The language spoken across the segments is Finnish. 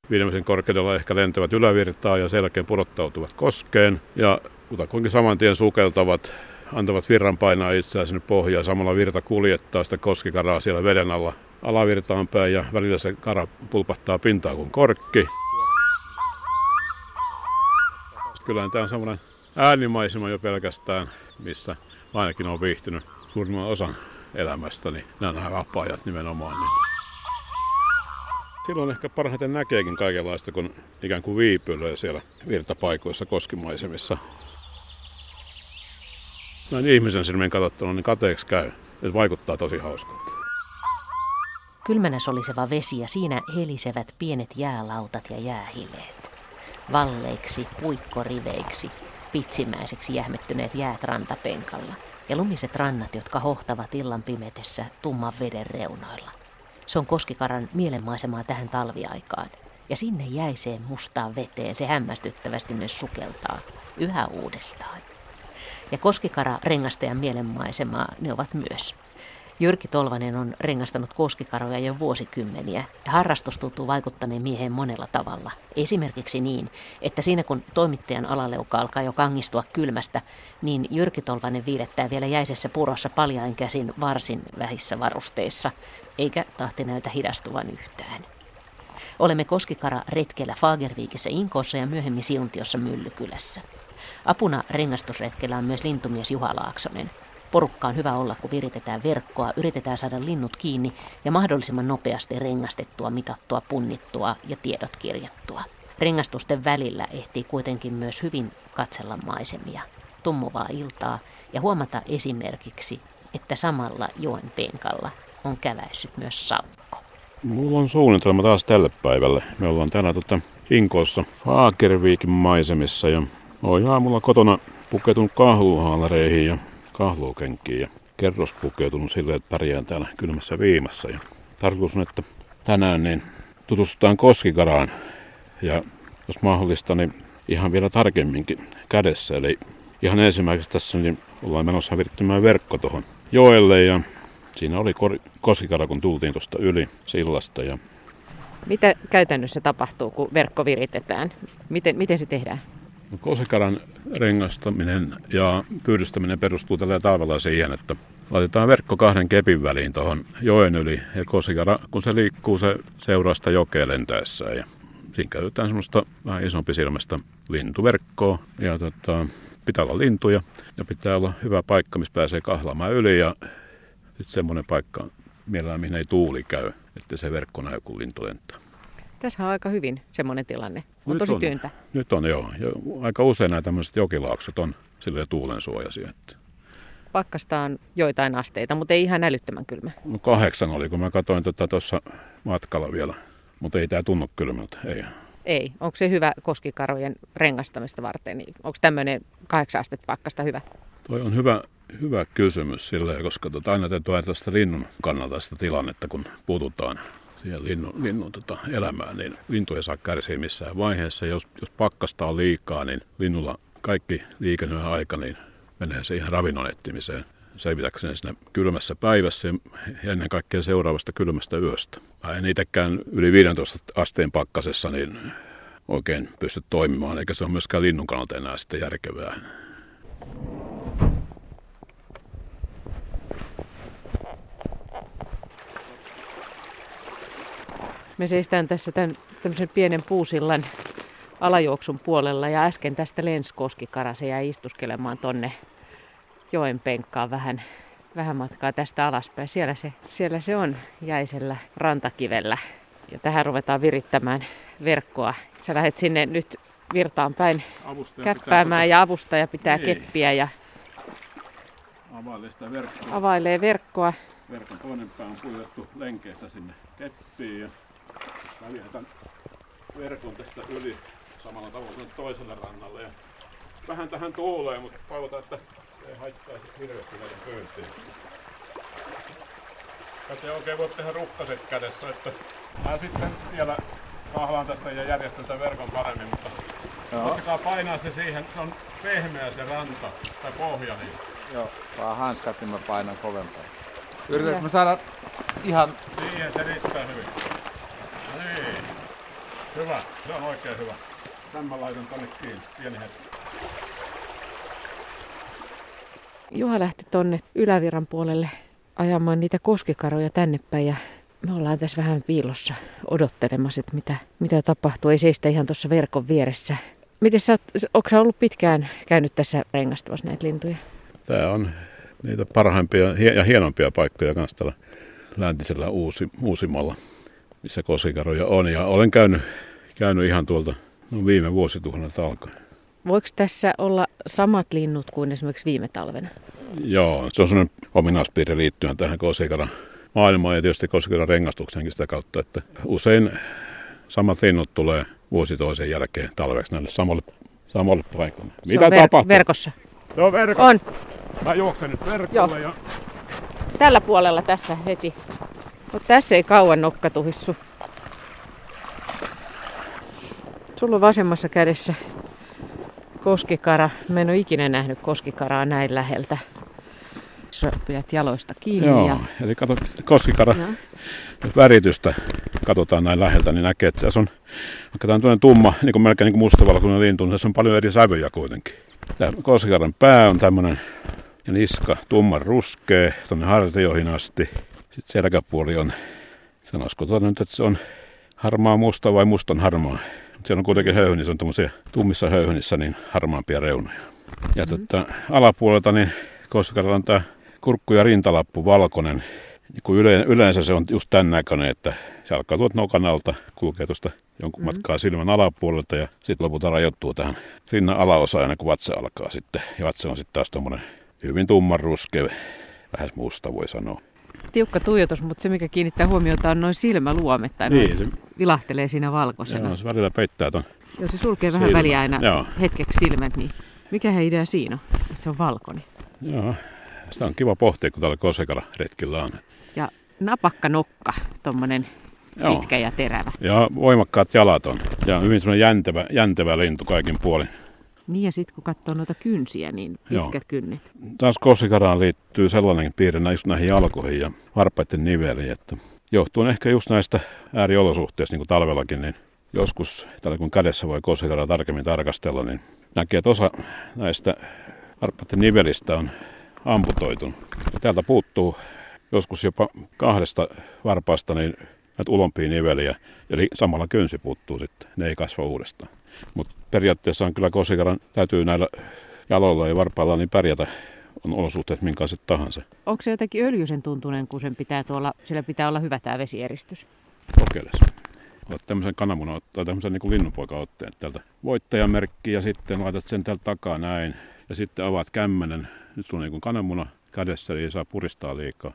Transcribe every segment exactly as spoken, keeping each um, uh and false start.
Viimeisen korkeudella ehkä lentävät ylävirtaa ja sen jälkeen pudottautuvat koskeen ja kutakuinkin saman tien sukeltavat, antavat virran painaa itseään sinne pohjaan. Samalla virta kuljettaa sitä koskikaraa siellä veden alla alavirtaan päin ja välillä se kara pulpahtaa pintaa kuin korkki. Kyllä tämä on semmoinen äänimaisema jo pelkästään, missä ainakin on viihtynyt suurimman osan elämästäni. Nämä on nämä vapaa-ajat nimenomaan. Niin. Silloin ehkä parhaiten näkeekin kaikenlaista, kun ikään kuin viipyilee siellä virtapaikoissa, koskimaisemissa. Näin ihmisen silmin katsottuna niin kateeksi käy. Se vaikuttaa tosi hauskalta. Kylmänä soliseva vesi ja siinä helisevät pienet jäälautat ja jäähileet. Valleiksi, puikkoriveiksi, pitsimäiseksi jähmettyneet jäät rantapenkalla ja lumiset rannat, jotka hohtavat illan pimetessä tumman veden reunoilla. Se on koskikaran mielenmaisemaa tähän talviaikaan ja sinne jäiseen mustaan veteen se hämmästyttävästi myös sukeltaa yhä uudestaan. Ja koskikara rengastajan mielenmaisemaa ne ovat myös. Jyrki Tolvanen on rengastanut koskikaroja jo vuosikymmeniä ja harrastus tuntuu vaikuttaneen mieheen monella tavalla. Esimerkiksi niin, että siinä kun toimittajan alaleuka alkaa jo kangistua kylmästä, niin Jyrki Tolvanen viilettää vielä jäisessä purossa paljain käsin varsin vähissä varusteissa, eikä tahti näytä hidastuvan yhtään. Olemme koskikara retkellä Fagervikissä Inkoossa ja myöhemmin Siuntiossa Myllykylässä. Apuna rengastusretkellä on myös lintumies Juha Laaksonen. Porukka on hyvä olla, kun viritetään verkkoa, yritetään saada linnut kiinni ja mahdollisimman nopeasti rengastettua, mitattua, punnittua ja tiedot kirjattua. Rengastusten välillä ehtii kuitenkin myös hyvin katsella maisemia, tummuvaa iltaa ja huomata esimerkiksi, että samalla joen penkalla on käväissyt myös saukko. Mulla on suunnitelma taas tälle päivälle. Me ollaan täällä tota Inkoossa Fagervikin maisemissa ja oon aamulla kotona pukeutunut kahluuhaalareihin ja kahluukenkiin ja kerros pukeutunut silleen, että pärjään täällä kylmässä viimassa. Ja tarkoitus on, että tänään niin tutustutaan koskikaraan ja jos mahdollista, niin ihan vielä tarkemminkin kädessä. Eli ihan ensimmäiseksi tässä niin ollaan menossa virittämään verkko tuohon joelle ja siinä oli kor- koskikara, kun tultiin tuosta yli sillasta. Ja mitä käytännössä tapahtuu, kun verkko viritetään? Miten, miten se tehdään? No, koskikaran rengastaminen ja pyydystäminen perustuu tällä tavalla siihen, että laitetaan verkko kahden kepin väliin tuohon joen yli. Ja koskikara, kun se liikkuu, se seuraa sitä jokea lentäessään. Ja siinä käytetään semmoista vähän isompi silmästä lintuverkkoa. Ja tota, pitää olla lintuja ja pitää olla hyvä paikka, missä pääsee kahlaamaan yli. Ja sitten semmoinen paikka mielellään, mihin ei tuuli käy, että se verkko näy, kun lintu lentää. Tässä on aika hyvin semmoinen tilanne. On nyt tosi on, tyyntä. Nyt on, joo. Ja aika usein nämä tämmöiset jokilaaksot on silleen tuulensuojaisia. Pakkasta on joitain asteita, mutta ei ihan älyttömän kylmä. No kahdeksan oli, kun mä katsoin tuossa tota, matkalla vielä. Mutta ei tämä tunnu kylmältä, ei. Ei. Onko se hyvä koskikarojen rengastamista varten? Onko tämmöinen kahdeksan astetta pakkasta hyvä? Toi on hyvä, hyvä kysymys silleen, koska tota, aina täytyy ajatella sitä linnun kannalta sitä tilannetta, kun puututaan siihen linnun, linnun tota, elämään, niin lintu ei saa kärsiä missään vaiheessa. Jos, jos pakkasta on liikaa, niin linnulla kaikki liikennöiden aika niin menee siihen ravinnon etsimiseen. Selvitäkseen siinä kylmässä päivässä ja ennen kaikkea seuraavasta kylmästä yöstä. Mä en itsekään yli viidentoista asteen pakkasessa niin oikein pysty toimimaan, eikä se ole myöskään linnun kannalta enää sitten järkevää. Me seistään tässä tämän tämmöisen pienen puusillan alajuoksun puolella ja äsken tästä lensi koskikara. Se jäi istuskelemaan tonne joen penkkaan vähän, vähän matkaa tästä alaspäin. Siellä se, siellä se on jäisellä rantakivellä ja tähän ruvetaan virittämään verkkoa. Sä lähdet sinne nyt virtaan päin avustaja käppäämään pitää... ja avustaja pitää niin. Keppiä ja availee sitä verkkoa. Availee verkkoa. Verkon toinen pää on puitettu lenkeistä sinne keppiin ja mä vietän verkon tästä yli samalla tavalla toiselle rannalle. Ja vähän tähän tuulee, mutta toivotaan, että ei haittaisi hirveästi näiden pöyntiin. Tätä ei oikein voi tehdä rukkaset kädessä, että mä sitten vielä kahlaan tästä ja järjestän tämän verkon paremmin, mutta koittakaa painaa se siihen, se on pehmeä se ranta tai pohja. Niin. Joo, vaan hanskat, niin mä painan kovempaa. Yritätkö mä saada ihan... Siihen se riittää hyvin. No niin. Hyvä, se on oikein hyvä. Tämän mä laitan tonne kiinni, pieni hetki. Juha lähti tonne Ylävirran puolelle ajamaan niitä koskikaroja tänne päin ja me ollaan tässä vähän piilossa odottelemassa, että mitä, mitä tapahtuu. Ei seistä ihan tuossa verkon vieressä. Miten sä oot, ootko sä ollut pitkään käynyt tässä rengastamassa näitä lintuja? Tää on niitä parhaimpia ja hienompia paikkoja kanssa täällä läntisellä Uusi, Uusimalla, missä koskikaroja on. Ja olen käynyt, käynyt ihan tuolta no viime vuosituhannelta alkaen. Voiko tässä olla samat linnut kuin esimerkiksi viime talvena? Joo, se on sellainen ominaispiirre liittyen tähän koskikaran maailmaan ja tietysti koskikaran rengastukseenkin sitä kautta, että usein samat linnut tulee vuosi toisen jälkeen talveksi näille samalle, samalle paikalle. Se Mitä on ver- tapahtuu? verkossa. Joo, verkossa. On. Mä juoksen nyt verkolle ja... Tällä puolella tässä heti. Mutta tässä ei kauan nokka tuhissu. Sulla on vasemmassa kädessä koskikara. Mä en ole ikinä nähnyt koskikaraa näin läheltä. Sä pidät jaloista kiinni. Joo, ja... eli kato koskikara, Joo. jos väritystä katsotaan näin läheltä, niin näkee, että tässä on, vaikka tämä on tuollainen tumma, niin kuin melkein niin kuin mustavalkoinen lintu, niin tässä on paljon eri sävyjä kuitenkin. Tämä koskikaran pää on tämmöinen ja niska tumman ruskea tuonne hartioihin asti. Sitten selkäpuoli on, sanoisiko tuota nyt, että se on harmaa musta vai mustan harmaa. Siellä on kuitenkin höyheniä, se on tuommoisia tummissa höyhenissä niin harmaampia reunoja. Ja mm-hmm. tuota, alapuolelta niin koskikaralla on tämä kurkku ja rintalappu valkoinen. Niin yleensä se on just tämän näköinen, että se alkaa tuolta nokan alta, kulkee tuosta jonkun mm-hmm. matkaa silmän alapuolelta ja sitten lopulta rajoittuu tähän rinnan alaosaan aina kun vatsa alkaa sitten. Ja vatsa on sitten taas tuommoinen hyvin tumman ruskea, vähän musta voi sanoa. Tiukka tuijotus, mutta se mikä kiinnittää huomiota on noin silmäluomet tai niin, se vilahtelee siinä valkoisena. Joo, se välillä peittää ton. Joo, se sulkee vähän silmä. väliä aina Joo. hetkeksi silmät, niin mikähän idea siinä on, että se on valkoinen? Joo, sitä on kiva pohtia, kun täällä koskikararetkillä on. Ja napakka nokka, tommonen Joo. pitkä ja terävä. Ja voimakkaat jalat on. Ja hyvin semmoinen jäntevä, jäntevä lintu kaikin puolin. Niin ja sitten kun katsoo noita kynsiä, niin pitkät Joo. kynnet. Taas koskikaraan liittyy sellainen piirre just näihin jalkoihin ja varpaiden niveliin, että johtuen ehkä just näistä ääriolosuhteista, niin kuin talvellakin, niin joskus tällä kun kädessä voi koskikaraa tarkemmin tarkastella, niin näkee, että osa näistä varpaiden nivelistä on amputoitunut. Ja täältä puuttuu joskus jopa kahdesta varpaasta niin näitä ulompia niveliä, eli samalla kynsi puuttuu sitten, ne ei kasva uudestaan. Mutta periaatteessa on kyllä koskikaran täytyy näillä jaloilla ja varpailla niin pärjätä, on olosuhteet minkälaiset tahansa. Onko se jotenkin öljyisen tuntunen, kun sen pitää tuolla, sillä pitää olla hyvä tämä vesieristys? Kokeiles. Otat tämmöisen kananmunan tai tämmöisen niin kuin linnunpoika-otteen täältä voittajamerkki ja sitten laitat sen täältä takaa näin. Ja sitten avaat kämmenen. Nyt sulla on niin kuin kananmuna kädessä, eli ei saa puristaa liikaa.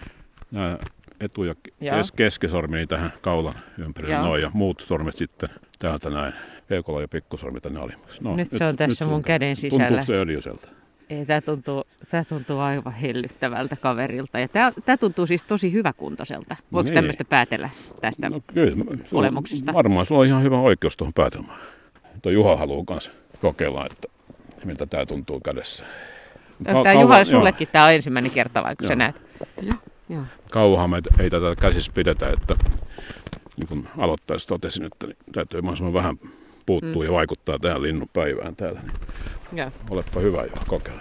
Nämä etu- ja kes- keskisormi tähän kaulan ympärille noin ja muut sormet sitten täältä näin. Peukola ja pikkusormi tänne alimmaksi. No, nyt, nyt se on tässä nyt mun käden sisällä. Tuntuuko se öljyseltä? Ei, tämä tuntuu, tämä tuntuu aivan hellyttävältä kaverilta. Ja tämä, tämä tuntuu siis tosi hyväkuntoiselta. Voiko niin. tämmöistä päätellä tästä no, kyllä, olemuksesta? Varmaan sulla on ihan hyvä oikeus tuohon päätelmään. Tuo Juha haluaa myös kokeilla, että miltä tämä tuntuu kädessä. Onko tämä Juha sullekin tämä on ensimmäinen kerta vai kun sä näet? Joo. Joo. Kauanhan me ei tätä käsissä pidetä, että niin kuin aloittaessa totesin, että täytyy mahdollisimman vähän puuttua mm. ja vaikuttaa tähän linnun päivään täällä. Niin ja. Olepa hyvä jo, kokeilla.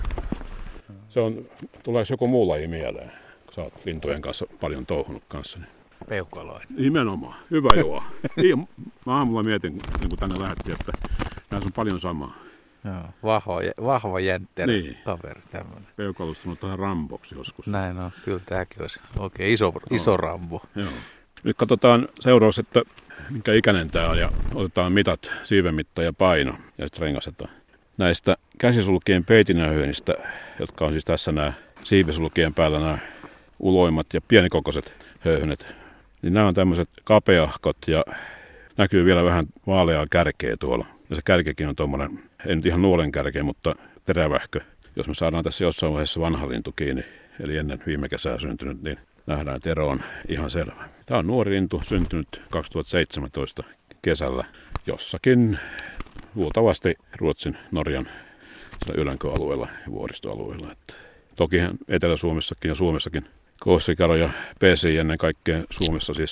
Se on, tuleeko joku muu laji mieleen, kun sä oot lintujen kanssa paljon touhunut kanssa? Niin. Peukaloita. Nimenomaan, hyvä joo. Mä aamulla mietin, niin kuin tänne lähdettiin, että näissä on paljon samaa. Joo, vahva, vahva jäntteri niin. kaveri tämmöinen. Peukalosta on tähän ramboksi joskus. Näin on, kyllä tämäkin olisi oikein iso, iso rambo. Joo. Nyt katsotaan seuraavaksi, että minkä ikäinen tämä on ja otetaan mitat, siivenmitta ja paino ja sitten rengastetaan. Näistä käsisulkien peitinähöönistä, jotka on siis tässä nämä siivisulkien päällä nämä uloimmat ja pienikokoiset höyhenet, niin nämä on tämmöiset kapeahkot ja näkyy vielä vähän vaaleaa kärkeä tuolla. Ja se kärkekin on tuommoinen, ei nyt ihan nuolen kärkeä, mutta terävähkö. Jos me saadaan tässä jossain vaiheessa vanha lintu kiinni, eli ennen viime kesää syntynyt, niin nähdään, että ero on ihan selvä. Tämä on nuori lintu, syntynyt kaksituhattaseitsemäntoista kesällä jossakin luultavasti Ruotsin, Norjan Ylänköalueella ja vuoristoalueella. Että toki Etelä-Suomessakin ja Suomessakin koskikaroja pesii ennen kaikkea Suomessa siis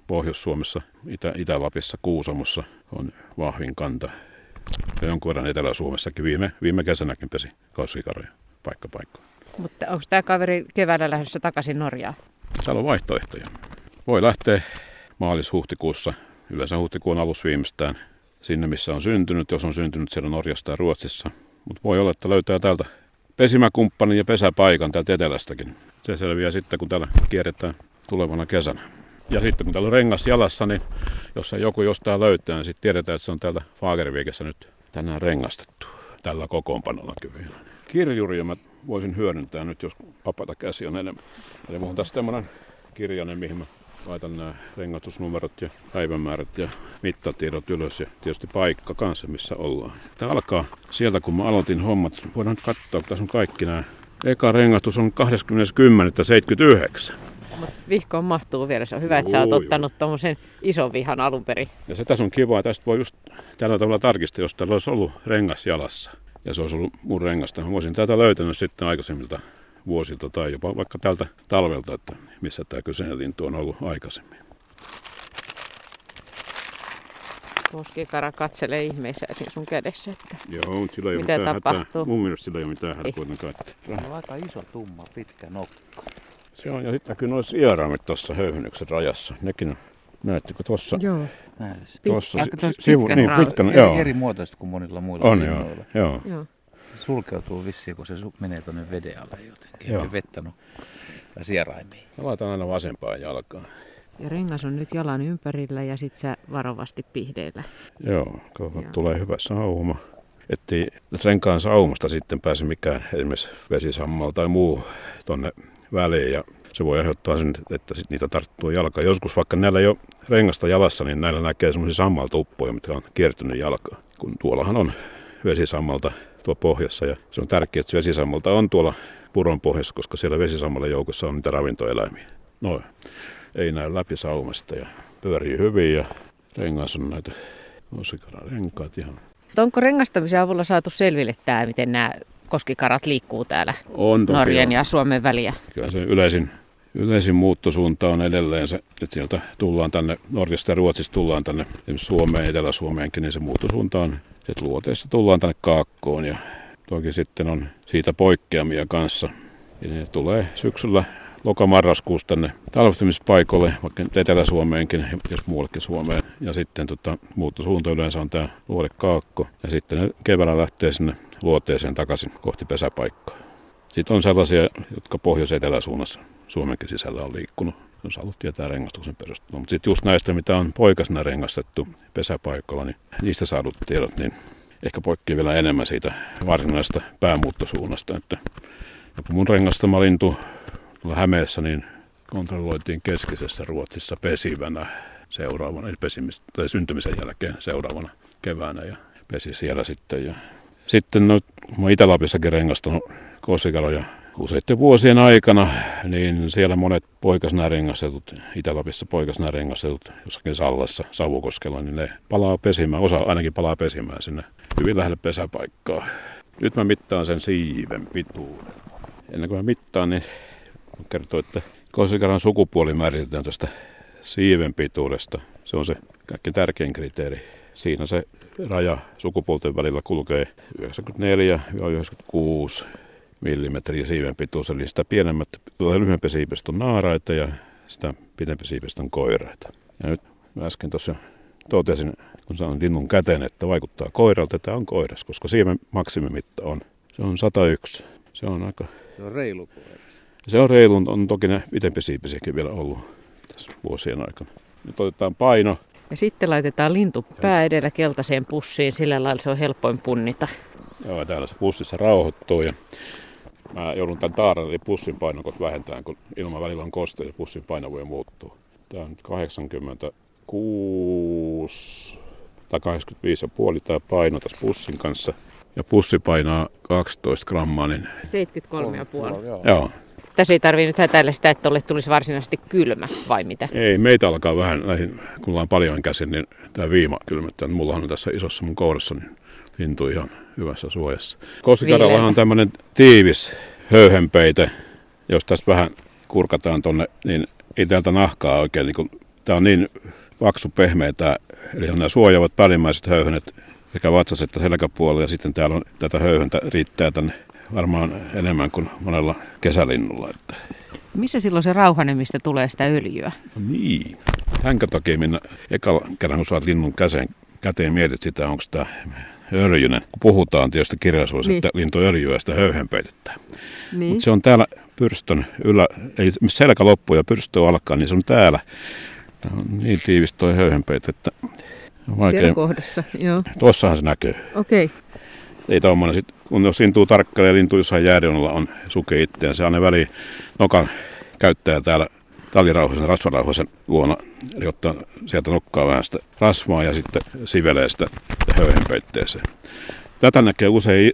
Pohjois-Suomessa, Itä- Itä-Lapissa, Kuusamossa on vahvin kanta. Ja jonkun verran Etelä-Suomessakin viime, viime kesänäkin pesi koskikaroja paikka paikkaan. Mutta onko tämä kaveri keväällä lähdössä takaisin Norjaan? Täällä on vaihtoehtoja. Voi lähteä maalis-huhtikuussa, yleensä huhtikuun alussa viimeistään, sinne missä on syntynyt, jos on syntynyt siellä Norjassa tai Ruotsissa. Mutta voi olla, että löytää täältä pesimäkumppanin ja pesäpaikan täältä etelästäkin. Se selviää sitten, kun täällä kierretään tulevana kesänä. Ja sitten kun täällä on rengas jalassa, niin jos se joku jostain löytää, niin sitten tiedetään, että se on täältä Fagervikessä nyt tänään rengastettu. Tällä kokoonpanolla kyllä. Kirjuria mä voisin hyödyntää nyt, jos vapaata käsi on enemmän. Eli mulla on tässä tämmöinen kirjainen, mihin mä laitan nämä rengatusnumerot ja päivämäärät ja mittatiedot ylös ja tietysti paikka kanssa, missä ollaan. Tämä alkaa sieltä, kun mä aloitin hommat. Voidaan nyt katsoa, kun tässä on kaikki nämä. Eka rengatus on kahdeskymmenes kymmenettä seitsemänkymmentäyhdeksän. Mutta vihkoon mahtuu vielä. Se on hyvä, että sä oot ottanut tuommoisen ison vihan alun perin. Ja se tässä on kiva. Tästä voi just tällä tavalla tarkistaa, jos täällä olisi ollut rengas jalassa. Ja se olisi ollut mun rengasta. Mä voisin tätä löytänyt sitten aikaisemmilta vuosilta tai jopa vaikka tältä talvelta, että missä tämä kyseinen lintu on ollut aikaisemmin. Koskikara katselee ihmeissään siinä sun kädessä, että Joo, mutta sillä ei ole mitä mitään tapahtuu. hätää. Mun mielestä sillä ei ole mitään hätää kuitenkaan. Se on aika iso, tumma, pitkä nokka. Se on, ja sitten näkyy noissa iaraamit tuossa höyhennyksen rajassa. Nekin on, näettekö tuossa? Joo. Tuossa Pitkä- si- sivu, pitkän niin raudan. pitkän, Eri, joo. eri muotoista kuin monilla muilla On joo, linnoilla. joo. Joo. Sulkeutuu vissiin, kun se su- menee tuonne veden alle jotenkin. Joo. Ei vettä nokkaan. Tai sieraimiin. Mä laitan aina vasempaan jalkaan. Ja rengas on nyt jalan ympärillä ja sit sä varovasti pihdeillä. Joo, kun Joo. tulee hyvä sauma. Ettei renkaan saumasta sitten pääse mikään esimerkiksi vesisammal tai muu tonne väliin. Ja se voi aiheuttaa sen, että sit niitä tarttuu jalkaan. Joskus vaikka näillä ei ole rengasta jalassa, niin näillä näkee semmoisia sammaltuppoja, mitkä on kiertynyt jalkaan. Kun tuollahan on vesisammalta tuo pohjassa ja se on tärkeää, että se vesisammalta on tuolla puron pohjassa, koska siellä vesisammalle joukossa on niitä ravintoeläimiä. No, ei näy läpi saumasta ja pyörii hyvin ja rengas on näitä koskikaran renkaat ihan. Mutta onko rengastamisen avulla saatu selville tämä, miten nämä koskikarat liikkuu täällä On toki Norjan on. ja Suomen väliä? Kyllä se yleisin, yleisin muuttosuunta on edelleen se, että sieltä tullaan tänne, Norjasta ja Ruotsista tullaan tänne esimerkiksi Suomeen, Etelä-Suomeenkin, niin se muuttosuunta on, että luoteista tullaan tänne Kaakkoon ja toki sitten on siitä poikkeamia kanssa. Ja ne tulee syksyllä loka-marraskuussa tänne talvehtimispaikoille, vaikka Etelä-Suomeenkin ja jos muuallekin Suomeen. Ja sitten tota, muuttosuunta yleensä on tämä Luode-Kaakko ja sitten ne keväällä lähtee sinne luoteeseen takaisin kohti pesäpaikkaa. Sitten on sellaisia, jotka pohjois-eteläsuunnassa Suomenkin sisällä on liikkunut, jos haluat tietää rengastuksen perusteella. Mutta sitten just näistä, mitä on poikasena rengastettu pesäpaikalla, niin niistä saadut tiedot, niin ehkä poikkeaa vielä enemmän siitä varsinaisesta päämuuttosuunnasta. Että joku mun rengastama lintu tuolla Hämeessä, niin kontrolloitiin keskisessä Ruotsissa pesivänä seuraavana, eli pesimistä, tai syntymisen jälkeen seuraavana keväänä ja pesi siellä sitten. Ja sitten no, mä oon Itä-Lapissakin rengastanut koskikaroja useiden vuosien aikana, niin siellä monet poikasena rengastetut, Itä-Lapissa poikasena rengastetut, jossakin Sallassa, Savukoskella, niin ne palaa pesimään, osa ainakin palaa pesimään sinne hyvin lähelle pesäpaikkaa. Nyt mä mittaan sen siiven pituuden. Ennen kuin mä mittaan, niin kertoo, että koskikaran sukupuoli määritetään tästä siiven pituudesta. Se on se kaikkein tärkein kriteeri. Siinä se raja sukupuolten välillä kulkee yhdeksänkymmentäneljä yhdeksänkymmentäkuusi millimetriä siiven pituus, eli sitä pienemmät, lyhyempi siipestä on naaraita ja sitä pidempi siipestä on koiraita. Ja nyt mä äsken tuossa totesin, kun sanon linnun käteen, että vaikuttaa koiralta, että tämä on koiras, koska siiven maksimimitta on, se on sata yksi. Se on aika... Se on reilu koira. Se on reilu, on toki ne pitempi siipisiäkin vielä ollut tässä vuosien aikana. Nyt otetaan paino. Ja sitten laitetaan lintu pää edellä keltaiseen pussiin, sillä lailla se on helpoin punnita. Joo, täällä se pussissa rauhoittuu ja mä joudun tämän taaran eli pussin painokot vähentämään, kun ilman välillä on koste ja pussin paino voi muuttua. Tää on nyt kahdeksankymmentäkuusi tai kahdeksankymmentäviisi pilkku viisi tämä paino tässä pussin kanssa. Ja pussi painaa kaksitoista grammaa, niin seitsemänkymmentäkolme pilkku viisi. Joo. joo. Tässä ei tarvitse nyt hätäillä sitä, että tolle tulisi varsinaisesti kylmä, vai mitä? Ei, meitä alkaa vähän näihin, kun ollaan paljon käsin, niin tämä viima kylmettää. Mullahan on tässä isossa mun kourassa, niin lintu ihan hyvässä suojassa. Koskikarallahan on tämmöinen tiivis höyhenpeite, jos tästä vähän kurkataan tonne, niin ei täältä nahkaa oikein niin Tämä on niin paksu pehmeä tämä, eli on nämä suojaavat päällimmäiset höyhenet sekä vatsas että selkäpuolella, ja sitten täällä on tätä höyhentä riittää tänne varmaan enemmän kuin monella kesälinnulla. Että. Missä silloin se rauhanen, mistä tulee sitä öljyä? No niin. Tänkö takia minä ekalla kerran, kun saat linnun käseen, käteen mietit sitä, onko tämä öljyinen. Kun puhutaan tietysti kirjallisuudessa, niin. Että lintu öljyä ja sitä höyhenpeitettä. Niin. Mutta se on täällä pyrstön ylä, eli selkä loppuu ja pyrstö alkaa, niin se on täällä. Tämä on niin tiivis toi höyhenpeite, että vaikea. Siellä kohdassa, joo. Tuossahan se näkyy. Okei. Okay. Ei tommoinen, sit, kun jos lintuu tarkkailee, lintu jossain jäädionalla on suke itseään. Se on ne väliin nokan käyttäjä täällä talirauhasen, rasvarauhasen luona, eli ottaa sieltä nokkaa vähän sitä rasvaa ja sitten sivelee sitä höyhenpeitteeseen. Tätä näkee usein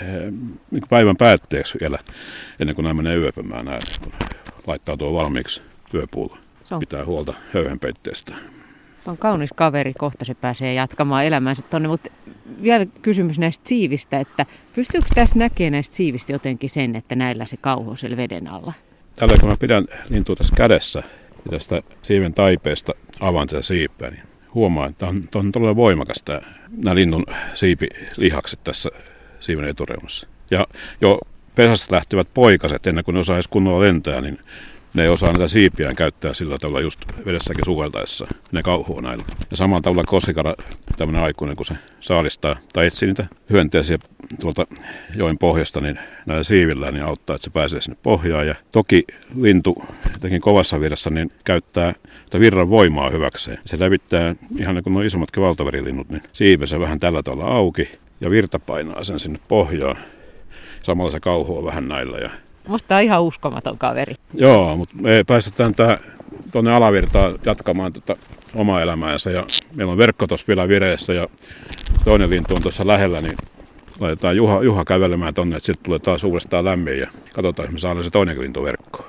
niin päivän päätteeksi vielä, ennen kuin nämä menee yöpymään, näin, kun laittaa tuo valmiiksi yöpuulla. Pitää huolta höyhenpeitteestä. On kaunis kaveri, kohta se pääsee jatkamaan elämäänsä tonne, mutta vielä kysymys näistä siivistä, että pystyykö tässä näkemään näistä siivistä jotenkin sen, että näillä se kauho siellä veden alla? Tällä kun mä pidän lintua tässä kädessä ja tästä siiven taipeesta avaan tätä siipeä, niin huomaan, että on, on todella voimakas tämä, nämä linnun siipilihakset tässä siiven etureunassa. Ja jo pesästä lähtevät poikaset, ennen kuin ne osaa edes kunnolla lentää, niin ne ei osaa näitä siipiään käyttää sillä tavalla just vedessäkin sukeltaessa. Ne kauhoo näillä. Ja samalla tavalla kosikara, tämmöinen aikuinen, kun se saalistaa tai etsii niitä hyönteisiä tuolta joen pohjasta, niin näillä siivillään niin auttaa, että se pääsee sinne pohjaan. Ja toki lintu, jotenkin kovassa virrassa, niin käyttää sitä virran voimaa hyväkseen. Se levittää, ihan niin kuin nuo isommatkin valtaverilinnut, niin siivensä vähän tällä tavalla auki ja virta painaa sen sinne pohjaan. Samalla se kauhoo vähän näillä. Ja musta on ihan uskomaton kaveri. Joo, mutta me päästetään tää tuonne alavirtaan jatkamaan tota omaa elämäänsä. Ja meillä on verkko tuossa vielä vireessä ja toinen lintu on tuossa lähellä, niin laitetaan Juha, Juha kävelemään tonne, että sitten tulee taas uudestaan lämmin ja katsotaan, jos me saadaan se toinenkin lintu verkkoon.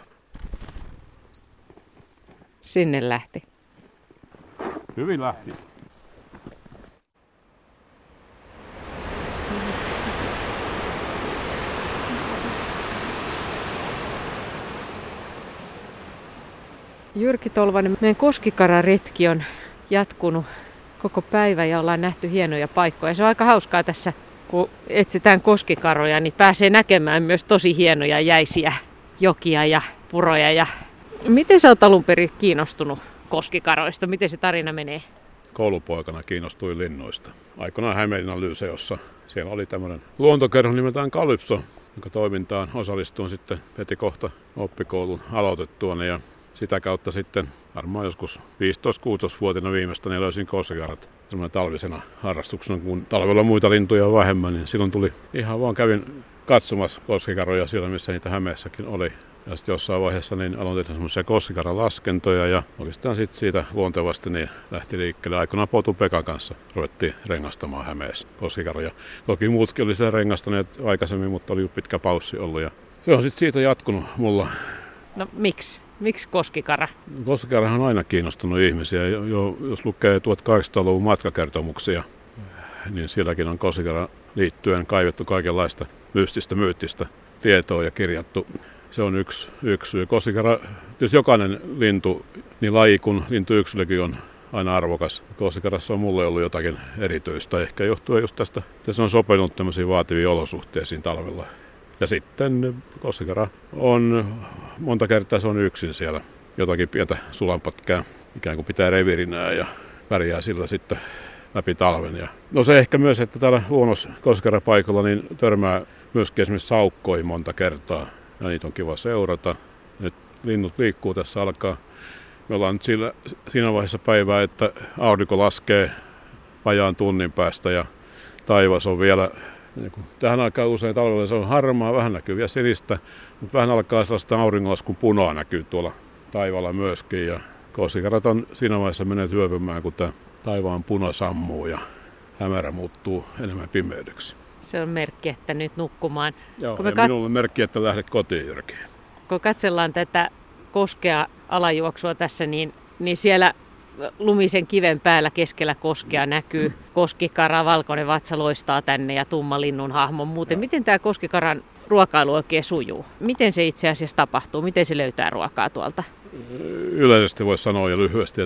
Sinne lähti. Hyvin lähti. Jyrki Tolvanen, meidän koskikararetki on jatkunut koko päivä ja ollaan nähty hienoja paikkoja. Se on aika hauskaa tässä, kun etsitään koskikaroja, niin pääsee näkemään myös tosi hienoja jäisiä jokia ja puroja. Ja miten sä oot alun perin kiinnostunut koskikaroista? Miten se tarina menee? Koulupoikana kiinnostuin linnoista. Aikoinaan Hämeenlinnan Lyseossa. Siellä oli tämmöinen luontokerho nimeltään Kalypso, jonka toimintaan osallistuin sitten heti kohta oppikoulun aloitettuani. Ja sitä kautta sitten varmaan joskus viisitoista-kuusitoista-vuotiaana viimeistä niin löysin koskikarat semmoinen talvisena harrastuksena, kun talvella muita lintuja on vähemmän, niin silloin tuli ihan vaan kävin katsomassa koskikaroja siellä, missä niitä Hämeessäkin oli. Ja sitten jossain vaiheessa niin aloin tehdä semmoisia koskikaralaskentoja ja oikeastaan sitten siitä luontevasti niin lähti liikkeelle. Aikoinaan Potu Pekan kanssa ruvettiin rengastamaan Hämeessä koskikaroja. Toki muutkin oli siellä rengastaneet aikaisemmin, mutta oli pitkä paussi ollut ja se on sitten siitä jatkunut mulla. No miksi? Miksi koskikara? Koskikarahan on aina kiinnostunut ihmisiä. Jo, jo, jos lukee tuhatkahdeksansataaluvun matkakertomuksia, niin sielläkin on koskikara liittyen kaivettu kaikenlaista mystistä, myyttistä tietoa ja kirjattu. Se on yksi, yksi syy. Koskikara, jos jokainen lintu, niin laji kuin lintuyksilökin on aina arvokas. Koskikarassa on mulle ollut jotakin erityistä, ehkä johtuen just tästä, että se on sopinut tämmöisiin vaativiin olosuhteisiin talvella. Ja sitten koskikara on, monta kertaa se on yksin siellä, jotakin pientä sulanpätkää, ikään kuin pitää revirinää ja pärjää sillä sitten läpi talven. Ja no se ehkä myös, että täällä luonnossa koskikarapaikalla niin törmää myöskin esimerkiksi saukkoihin monta kertaa ja niitä on kiva seurata. Nyt linnut liikkuu tässä alkaa. Me ollaan nyt sillä, siinä vaiheessa päivää, että aurinko laskee vajaan tunnin päästä ja taivas on vielä. Tähän aikaan usein talvella se on harmaa, vähän näkyy vielä sinistä, mutta vähän alkaa sellaista auringonlaskun punaa näkyy tuolla taivaalla myöskin. Ja koskikarat on siinä vaiheessa menneet hyöpymään, kun tämä taivaan puna sammuu ja hämärä muuttuu enemmän pimeydeksi. Se on merkki, että nyt nukkumaan. Joo, kun ja kat... minulla on merkki, että lähdet kotiin, Jyrki. Kun katsellaan tätä koskea alajuoksua tässä, niin, niin siellä lumisen kiven päällä keskellä koskea näkyy koskikara, valkoinen vatsa loistaa tänne ja tumma linnun hahmo. Muuten, miten tämä koskikaran ruokailu oikein sujuu? Miten se itse asiassa tapahtuu? Miten se löytää ruokaa tuolta? Yleisesti voisi sanoa ja lyhyesti, että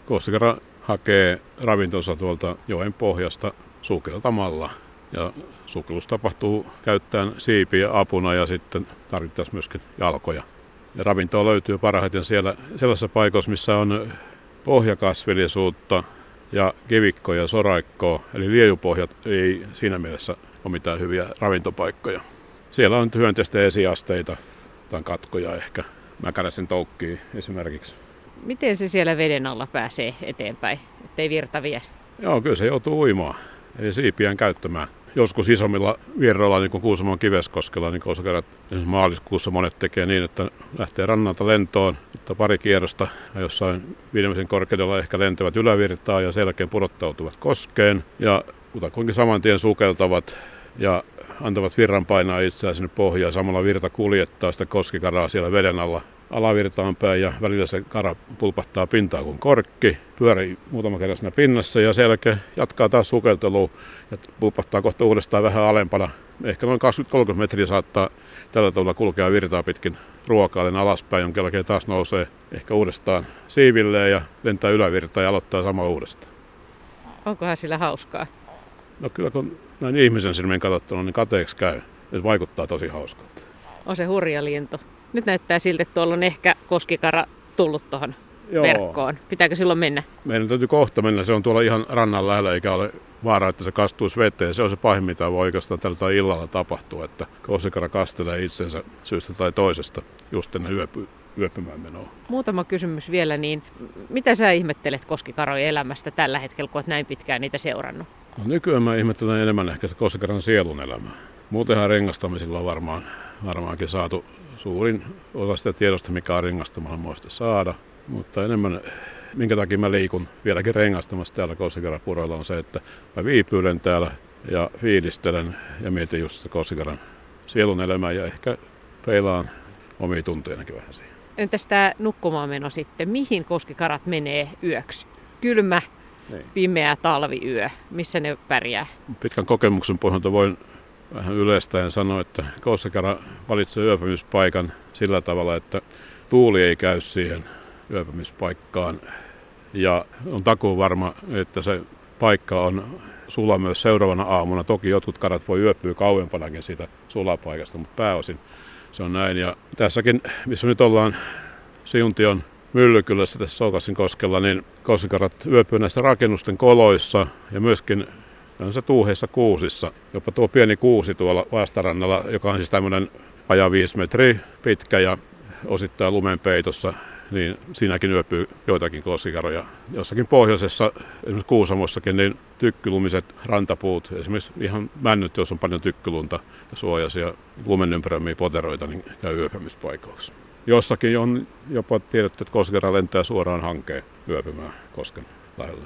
Koskikara hakee ravintonsa tuolta joen pohjasta sukeltamalla. Ja sukellus tapahtuu käyttäen siipiä apuna ja sitten tarvittaisiin myöskin jalkoja. Ja ravintoa löytyy parhaiten siellä sellaisissa paikoissa, missä on pohjakasvillisuutta ja kivikkoja ja soraikkoa. Eli liejupohjat ei siinä mielessä ole mitään hyviä ravintopaikkoja. Siellä on hyönteisten esiasteita tai katkoja ehkä. Mäkäräisen toukkia esimerkiksi. Miten se siellä veden alla pääsee eteenpäin, ettei virta vie? Joo, kyllä se joutuu uimaan. Eli siipiään käyttämään. Joskus isommilla virroilla, niin kuin Kuusamon Kiveskoskella, niin koskikarat maaliskuussa monet tekee niin, että lähtee rannalta lentoon, ottaa pari kierrosta ja jossain viimeisen korkeudella ehkä lentävät ylävirtaa ja sen jälkeen pudottautuvat koskeen. Ja kutakuinkin saman tien sukeltavat ja antavat virran painaa itseään sinne pohjaan. Samalla virta kuljettaa sitä koskikaraa siellä veden alla alavirtaan päin ja välillä se kara pulpahtaa pintaa kuin korkki, pyörii muutama kerran siinä pinnassa ja sen jälkeen jatkaa taas sukeltelua ja pulpahtaa kohta uudestaan vähän alempana. Ehkä noin kaksikymmentä kolmekymmentä metriä saattaa tällä tavalla kulkea virtaa pitkin ruokailen alaspäin, jonka jälkeen taas nousee ehkä uudestaan siivilleen ja lentää ylävirtaan ja aloittaa samalla uudestaan. Onkohan sillä hauskaa? No kyllä kun näin ihmisen silmin katsottuna, niin kateeksi käy. Se vaikuttaa tosi hauskalta. On se hurja lintu. Nyt näyttää siltä, että tuolla on ehkä koskikara tullut tuohon verkkoon. Pitääkö silloin mennä? Meidän täytyy kohta mennä. Se on tuolla ihan rannan lähellä, eikä ole vaara, että se kastuisi veteen. Se on se pahin, mitä voi oikeastaan tällä illalla tapahtua, että koskikara kastelee itsensä syystä tai toisesta just ennen yöpy, yöpymään menoa. Muutama kysymys vielä, niin mitä sä ihmettelet koskikarojen elämästä tällä hetkellä, kun olet näin pitkään niitä seurannut? No, nykyään mä ihmettelen enemmän ehkä koskikaran sielun elämää. Muutenhan rengastamisilla on varmaan, varmaankin saatu suurin osa sitä tiedosta, mikä on rengastamalla saada, mutta enemmän minkä takia mä liikun vieläkin rengastamassa täällä koskikarapuroilla on se, että mä viipyilen täällä ja fiilistelen ja mietin just sitä koskikaran sielun elämää ja ehkä peilaan omia tunteinakin vähän siihen. Entäs tämä nukkumaan meno sitten? Mihin koskikarat menee yöksi? Kylmä, niin. Pimeä talviyö. Missä ne pärjää? Pitkän kokemuksen pohjalta voin vähän yleistäen sanoa, että koskikara valitsee yöpymispaikan sillä tavalla, että tuuli ei käy siihen yöpymispaikkaan. Ja on takuun varma, että se paikka on sula myös seuraavana aamuna. Toki jotkut karat voi yöpyä kauempanakin siitä sulapaikasta, mutta pääosin se on näin. Ja tässäkin, missä nyt ollaan Siuntion Myllykylässä tässä Soukassin koskella, niin koskikarat yöpyy näissä rakennusten koloissa ja myöskin se tuuheissa kuusissa. Jopa tuo pieni kuusi tuolla vastarannalla, joka on siis tämmöinen vajaa viisi metriä pitkä ja osittain lumenpeitossa, niin siinäkin yöpyy joitakin koskikaroja. Jossakin pohjoisessa, esimerkiksi Kuusamossakin, niin tykkylumiset rantapuut, esimerkiksi ihan männyt, jos on paljon tykkylunta ja suojaisia lumen ympäröimiä poteroita, niin käy yöpymispaikoiksi. Jossakin on jopa tiedetty, että koskikara lentää suoraan hankeen yöpymään kosken lähellä.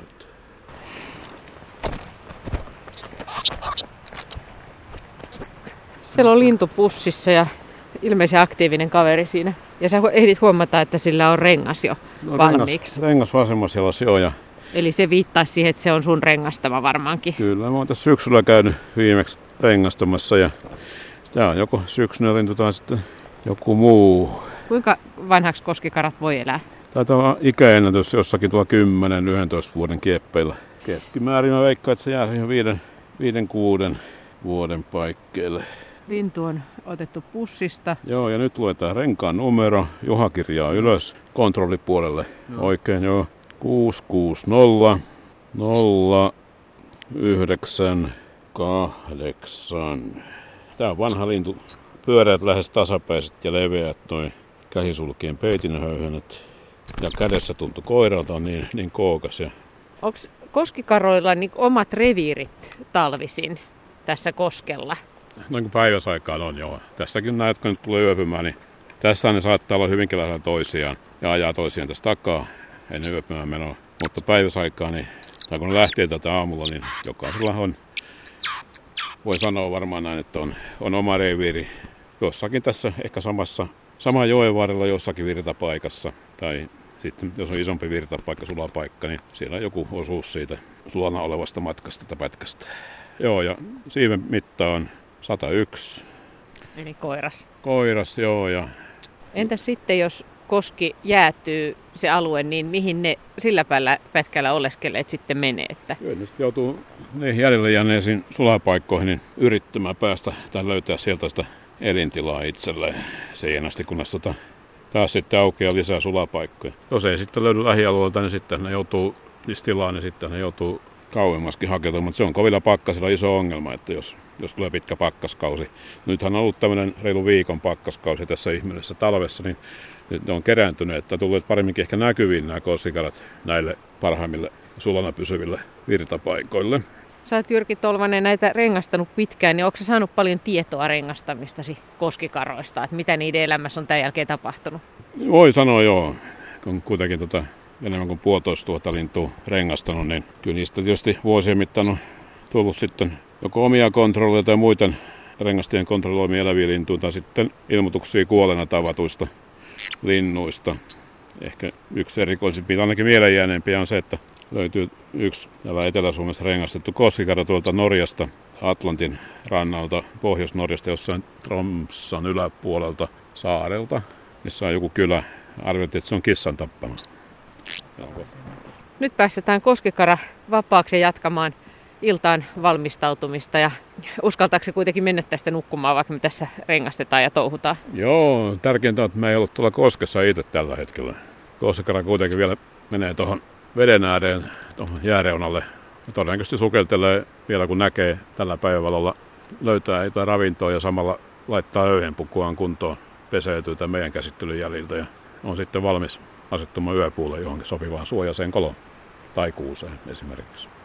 Siellä on lintu pussissa ja ilmeisen aktiivinen kaveri siinä. Ja sä ehdit huomata, että sillä on rengas jo no, valmiiksi. Rengas, rengas vasemmassa jalassa jo. Ja eli se viittaisi siihen, että se on sun rengastama varmaankin. Kyllä, mä oon tässä syksyllä käynyt viimeksi rengastamassa ja tämä on joko syksyinen lintu tai sitten joku muu. Kuinka vanhaksi koskikarat voi elää? Taitaa olla ikäennätys jossakin tuolla kymmenen yksitoista vuoden kieppeillä. Keskimäärin mä veikkaan, että se jää ihan viiden, viiden kuuden vuoden paikkeille. Lintu on otettu pussista. Joo, ja nyt luetaan renkaan numero, Juha-kirjaa ylös, kontrollipuolelle. Joo. Oikein, joo. kuusi kuusi nolla nolla yhdeksän kahdeksan. Tää on vanha lintu. Pyöreät lähes tasapäiset ja leveät noin käsisulkien peitinhöyhenet. Ja kädessä tuntui koiralta on niin, niin kookas. Ja onko koskikaroilla niin omat reviirit talvisin tässä koskella? Noin kuin päiväsaikaan on, joo. Tässäkin näet, kun nyt tulee yöpymään, niin tässä ne saattaa olla hyvinkin lähellä toisiaan ja ajaa toisiaan tässä takaa ennen yöpymään menoa. Mutta päiväsaikaan, niin, tai kun ne lähtee tätä aamulla, niin jokaisella on, voi sanoa varmaan näin, että on, on oma reviiri jossakin tässä ehkä samassa, sama joen varrella jossakin virtapaikassa. Tai sitten jos on isompi virtapaikka, sulapaikka, niin siellä on joku osuus siitä sulana olevasta matkasta tai pätkästä. Joo, ja siiven mitta on sata yksi. Eli koiras. Koiras, joo. Ja entäs sitten, jos koski jäätyy se alue, niin mihin ne sillä päällä pätkällä oleskeleet sitten menee? Että... Kyllä ne sitten joutuu niihin jäljelle jääneisiin sulapaikkoihin niin yrittämään päästä tai löytää sieltä sitä elintilaa itselleen seinästi, kunnes tota, taas sitten aukeaa lisää sulapaikkoja. Jos ei sitten löydy lähialueelta, niin sitten ne joutuu tilaan, niin sitten ne joutuu kauemmaskin hakeutumaan, mutta se on kovilla pakkasilla iso ongelma, että jos, jos tulee pitkä pakkaskausi. Nythän on ollut tämmöinen reilu viikon pakkaskausi tässä ihmeellisessä talvessa, niin ne on kerääntyneet, että tulleet paremminkin ehkä näkyviin nämä koskikarat näille parhaimmille sulana pysyville virtapaikoille. Sä oot Jyrki Tolvanen näitä rengastanut pitkään, niin onko sä saanut paljon tietoa rengastamistasi koskikaroista, että mitä niiden elämässä on tämän jälkeen tapahtunut? Voi sanoa joo, kun kuitenkin tota enemmän kuin puolitoista tuhatta lintua rengastanut, niin kyllä niistä tietysti vuosien mittaan on tullut sitten joko omia kontrolleja tai muiden rengastien kontrolloimia eläviä lintuja tai sitten ilmoituksia kuolena tavatuista linnuista. Ehkä yksi erikoisimpia, ainakin mielenjääneempiä on se, että löytyy yksi täällä Etelä-Suomessa rengastettu koskikara tuolta Norjasta, Atlantin rannalta, Pohjois-Norjasta, jossain Tromssan yläpuolelta saarelta, missä on joku kylä. Arveltiin, että se on kissan tappama. Nyt päästetään koskikara vapaaksi jatkamaan iltaan valmistautumista ja uskaltaako se kuitenkin mennä tästä nukkumaan, vaikka me tässä rengastetaan ja touhutaan? Joo, tärkeintä on, että me ei ollut tuolla koskessa itse tällä hetkellä. Koskikara kuitenkin vielä menee tuohon veden ääreen, tuohon jääreunalle. Ja todennäköisesti sukeltelee vielä, kun näkee tällä päivävalolla, löytää jotain ravintoa ja samalla laittaa öyhenpukuaan kuntoon, peseytyy tämän meidän käsittelyn jäljiltä ja on sitten valmis asettumaan yöpuulle johonkin sopivaan suojaiseen koloon tai kuuseen esimerkiksi.